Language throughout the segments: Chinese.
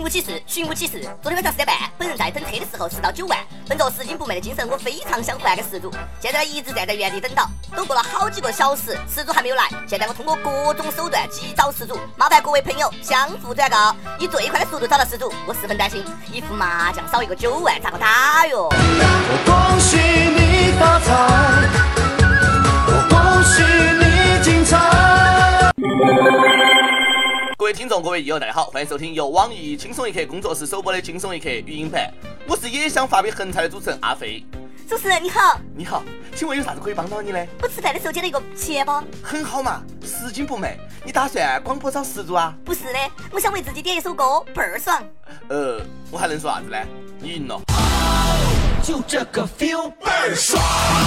不起事，寻不起事。昨天晚上4点半，本人在等车的时候吃到9万。本着拾金不昧的精神，我非常想还给事主。现在一直站在原地等到，都过了好几个小时，事主还没有来。现在我通过各种手段急找事主，麻烦各位朋友相互转告，以最快的速度找到事主。我十分担心，一副麻将少一个9万，咋个打哟？ 我恭喜你发财，我恭喜你精彩。 各位听众，各位益友，大家好，欢迎收听由网易轻松一刻工作室首播的轻松一刻语音版。我是也想发挥横财的主持人阿飞。 主持人你好。 你好，请问有啥子可以帮到你呢？ 我吃饭的时候捡了一个钱包。 很好嘛，拾金不昧。你打算广播找事主啊？ 不是的，我想为自己点一首歌，倍儿爽。 我还能说啥子呢？你赢了。 就这个 feel 倍儿爽。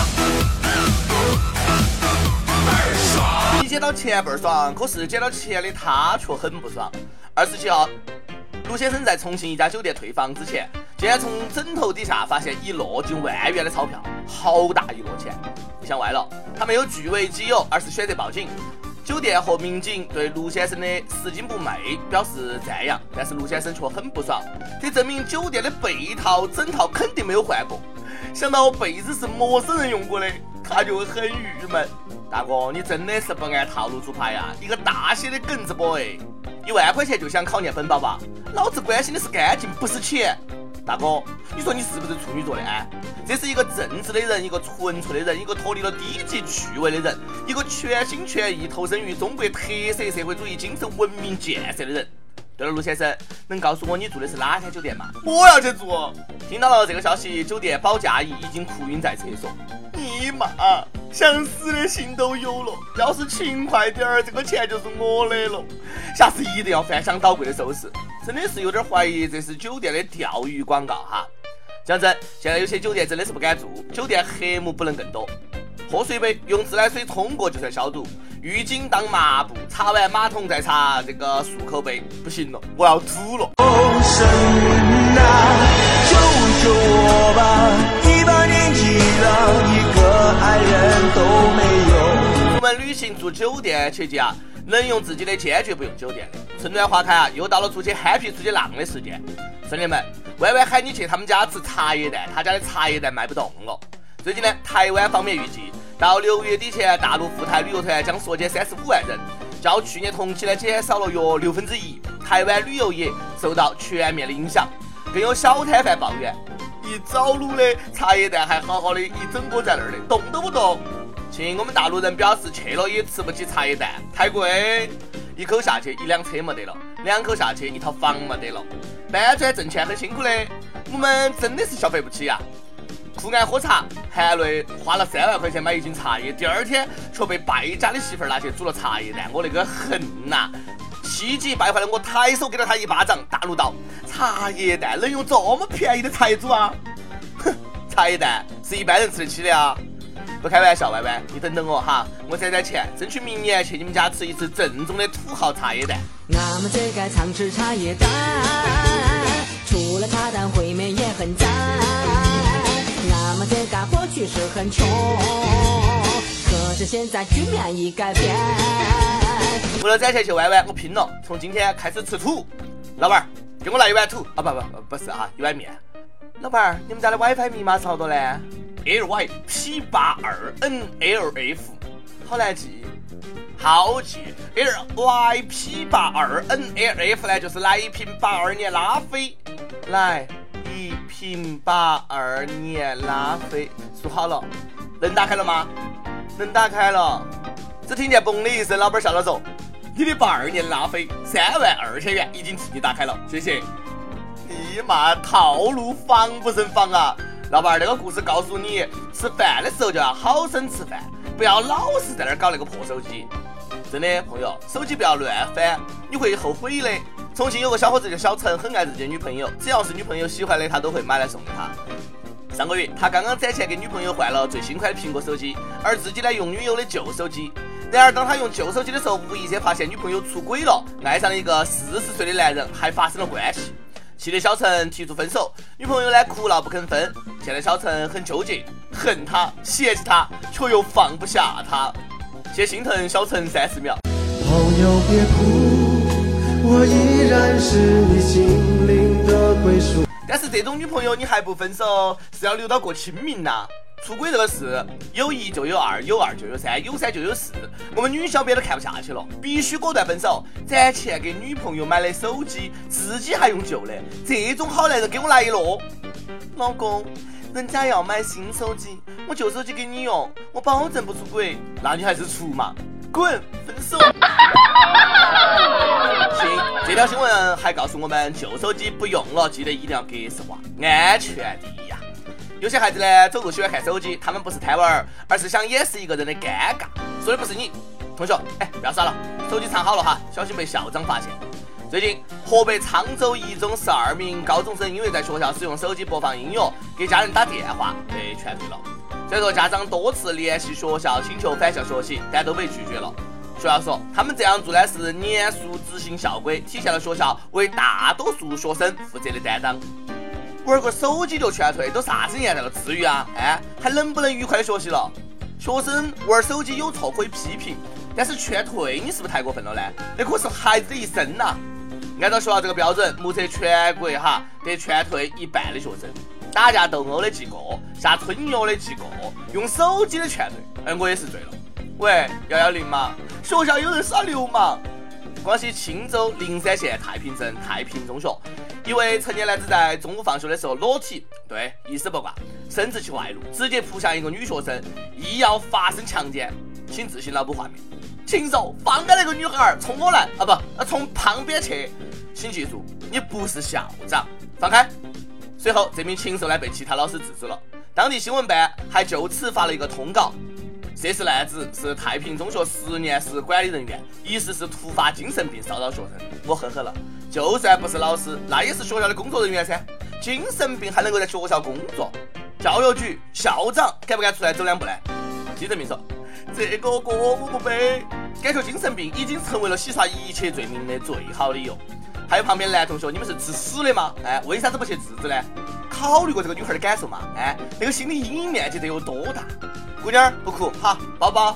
你捡到钱倍儿爽，可是捡到钱的他却很不爽。27号，卢先生在重庆一家酒店退房之前，竟然从枕头底下发现一摞近万元的钞票，好大一摞钱。你想歪了，他没有据为己有，而是选择报警。酒店和民警对卢先生的拾金不昧表示赞扬，但是卢先生却很不爽，这证明酒店的被套、枕套肯定没有换过。想到被子是陌生人用过的，他就很郁闷。大哥，你真的是不按套路出牌呀！一个大写的梗子 boy，1万块钱就想考验本宝宝，老子关心的是干净，不是钱。大哥，你说你是不是处女座的啊？这是一个正直的人，一个纯粹的人，一个脱离了低级趣味的人，一个全心全意投身于中国特色社会主义精神文明建设的人。对了，卢先生，能告诉我你住的是哪家酒店吗？我要去住。听到了这个消息，酒店保洁阿姨已经哭晕在厕所。你妈，想死的心都有了。要是勤快点儿，这个钱就是我的了。下次一定要翻箱倒柜的收拾。真的是有点怀疑这是酒店的钓鱼广告哈。讲真，现在有些酒店真的是不敢住，酒店黑幕不能更多。喝水杯用自来水冲过就算消毒，浴巾当抹布，擦完马桶再擦这个漱口杯，不行了，我要吐了。 神啊，救救我吧！一把年纪了，一个爱人都没有。 出门旅行住酒店切记啊，能用自己的坚决不用酒店的。春暖花开啊，又到了出去 happy 出去浪的时间。兄弟们，歪歪喊你去他们家吃茶叶蛋，他家的茶叶蛋卖不动了。最近呢，台湾方面预计到6月底前，大陆赴台旅游团将缩减35万人，较去年同期呢减少了约1/6。台湾旅游业受到全面的影响。更有小摊贩抱怨，一早卤的茶叶蛋还好好的，一整个在那儿的，动都不动。亲，我们大陆人表示去了也吃不起茶叶蛋，太贵，一口下去1辆车没得了，2口下去1套房没得了。搬砖挣钱很辛苦的，我们真的是消费不起呀。酷爱喝茶，含泪花了3万块钱买一斤茶叶，第二天却被败家的媳妇儿拿去煮了茶叶蛋，我那个恨呐！气急败坏的我抬手给了他一巴掌，大怒道：茶叶蛋能用这么便宜的菜煮啊？哼，茶叶蛋是一般人吃得起的啊！不开玩笑，歪歪，你等等我哈，我攒攒钱，争取明年去你们家吃一次正宗的土豪茶叶蛋。 我们最该常吃茶叶蛋，除了茶蛋烩面也很赞。我们这个过去是很穷，可是现在局面已改变。 为了攒钱去歪歪，我拼了，从今天开始吃土。老板儿，给我来1碗土啊！不是啊，1碗面。老板儿，你们家的 WiFi 密码是好多呢？LYP82NLF， 好难记。好记 LYP82NLF 呢，就是来一瓶82年拉菲，来一瓶82年拉菲，数好了，能打开了吗？能打开了。只听见嘣的一声，老板笑了说：“你的82年拉菲32000元已经替你打开了，谢谢。”你妈，套路防不胜防啊！老板，那个故事告诉你，吃饭的时候就要好生吃饭，不要老是在那儿搞那个破手机。真的，朋友，手机不要乱翻，你会后悔的。重庆有个小伙子叫小陈，很爱自己的女朋友，只要是女朋友喜欢的，他都会买来送给她。上个月，他刚刚攒钱给女朋友换了最新款的苹果手机，而自己呢用女友的旧手机。然而，当他用旧手机的时候，无意间发现女朋友出轨了，爱上了一个40岁的男人，还发生了关系。气得小陈提出分手，女朋友呢哭闹不肯分。现在小陈很纠结，恨他，嫌弃他，却又放不下他。先心疼小陈30秒。 朋友别哭，我依然是你心里这种女朋友你还不分手，是要留到过清明呐？出轨这个事，有一就有二，有二就有三，有三就有四。我们女小编都看不下去了，必须果断分手。攒钱给女朋友买的手机，自己还用旧的，这种好男人给我来一摞。老公，人家要买新手机，我旧手机给你用，我保证不出轨。那你还是出嘛，滚，分手。行，这条新闻还告诉我们，旧手机不用了，记得一定要格式化，安全第一呀。有些孩子呢，走路喜欢看手机，他们不是贪玩，而是想掩饰一个人的尴尬。说的不是你，同学，不要耍了，手机藏好了哈，小心被校长发现。最近，河北沧州一中12名高中生因为在学校使用手机播放音乐，给家人打电话，被劝退了。虽然说家长多次联系学校请求返校学习，但都被拒绝了。学校说，他们这样做呢是严肃执行校规，体现了学校为大多数学生负责的担当。玩个手机就劝退，都啥子年代了，至于啊？还能不能愉快的学习了？学生玩手机有错可以批评，但是劝退你是不是太过分了呢？那可是孩子的一生呐！按照学校这个标准，目测全国得劝退1半的学生。打架斗殴的记过，下春药的记过，用手机的劝退，我也是醉了。喂，110吗？学校有人耍流氓。广西钦州灵山县太平镇太平中学，一位成年男子在中午放学的时候裸体，对，一丝不挂，生殖器外露，直接扑向一个女学生，意要发生强奸。请自行脑补画面。禽兽，放开那个女孩，冲我来啊！不，从旁边去。请记住，你不是校长，放开。随后，这名禽兽呢被其他老师制止了。当地新闻办还就此发了一个通告。涉事男子是太平中学10年室管理人员，疑似是突发精神病骚扰学生。我呵呵了，就算不是老师，那也是学校的工作人员噻。精神病还能够在学校工作？教育局校长敢不敢出来走2步呢？记者明说，这个锅我不背。感觉精神病已经成为了洗刷一切罪名的最好理由。还有旁边的男同学，你们是吃屎的吗？为啥子不去制止呢？考虑过这个女孩的感受吗？那个心理阴影面积得有多大？姑娘不哭哈，抱抱。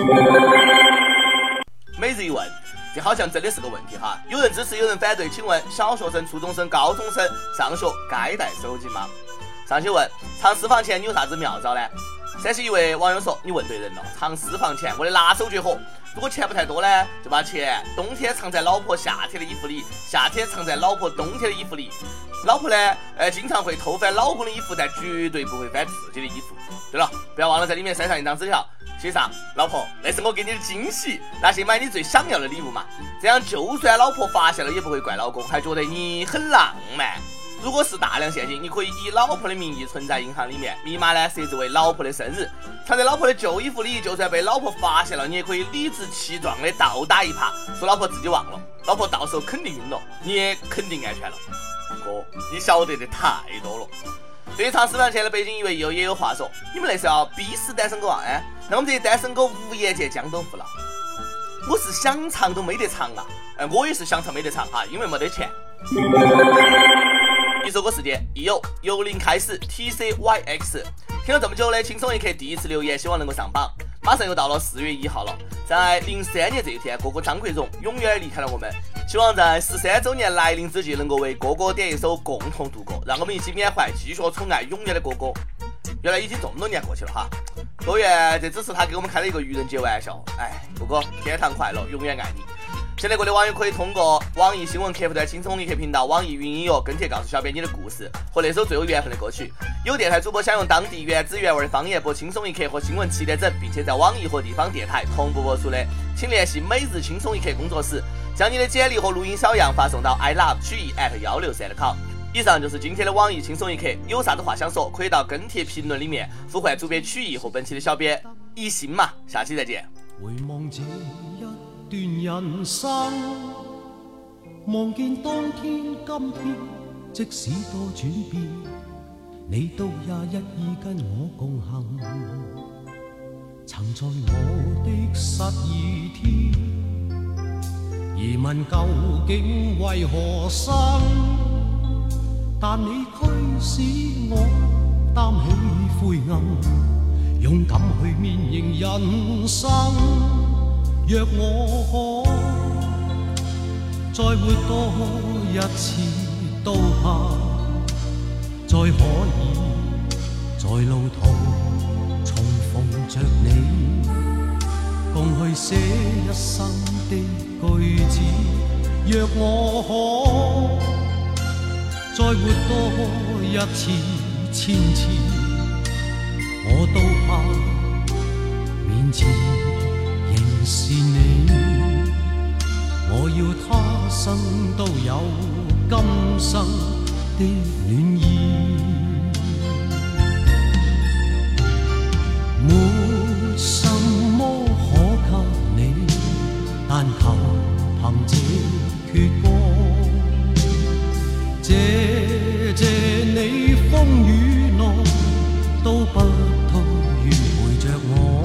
每日一问，这好像真的是个问题哈。有人支持，有人反对。请问小学生、初中生、高中生上学该带手机吗？上去问，藏私房钱你有啥子妙招呢？山西一位网友说，你问对人了，藏私房钱我的拿手绝活。如果钱不太多呢，就把钱冬天藏在老婆夏天的衣服里，夏天藏在老婆冬天的衣服里。老婆呢，经常会偷翻老公的衣服，但绝对不会翻自己的衣服。对了，不要忘了在里面塞上一张纸条，写上老婆，那是我给你的惊喜，拿去买你最想要的礼物嘛。这样就算老婆发现了也不会怪老公，还觉得你很浪漫。如果是大量现金，你可以以老婆的名义存在银行里面，密码呢设置为老婆的生日，藏在老婆的旧衣服里，就算被老婆发现了，你也可以理直气壮的倒打一耙，说老婆自己忘了，老婆到时候肯定晕了，你也肯定安全了。哥，你晓得的太多了。对于藏私房钱的北京一位友也有话说，你们那是要逼死单身狗啊？那我们这些单身狗无颜见江东父老。我是想藏都没得藏啊，我也是想藏没得藏哈，因为没得钱。一首歌时间，由零开始 TCYX， 听了这么久的轻松一刻第一次留言，希望能够上榜。马上又到了4月1号了，在03年这一天，哥哥张国荣永远离开了我们，希望在13周年来临之际，能够为哥哥点一首《共同度过》，让我们一起缅怀，继续宠爱永远的哥哥。原来已经这么多年过去了哈，多远这只是他给我们开了一个愚人节玩笑。哥哥天堂快乐，永远爱你。现在各位网友可以通过网易新闻客户端轻松一刻频道、网易云音乐跟帖告诉小编你的故事和那首最有缘分的歌曲。有电台主播想用当地原汁原味的方言播轻松一刻和新闻7点整，并且在网易和地方电台同步播出的，请联系每日轻松一刻工作室，将你的简历和录音小样发送到 ilove曲艺@163.com。以上就是今天的网易轻松一刻，有啥子话想说，可以到跟帖评论里面呼唤主编曲艺和本期的小编一心嘛。下期再见。 回望这一段人生，望見當天今天，即使多轉變，你都也一意跟我共行。曾在我的失意天，疑問究竟為何生，但你驅使我擔起灰暗，勇敢去面迎人生。若我可再活多一次，都怕再可以在路途重逢着你，共去寫一生的句子。若我可再活多一次千次，我都怕面前仍是你。我要他生都有今生的暖意，沒什麼可給你，但求憑這闕歌，謝你風雨內都不退願陪着我，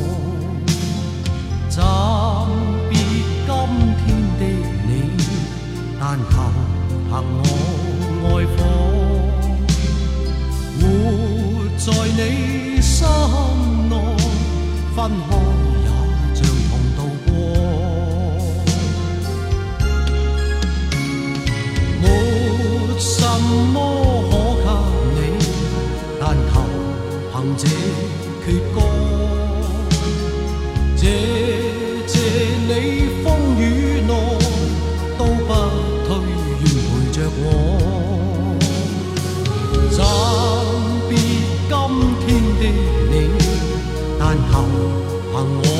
暫別今天的你，但求憑我愛火，活在你心內，分開也像同渡過。沒什麼可給你，但求憑這闕歌，謝你風雨內都不退願陪着我，暫別今天的你，但求憑我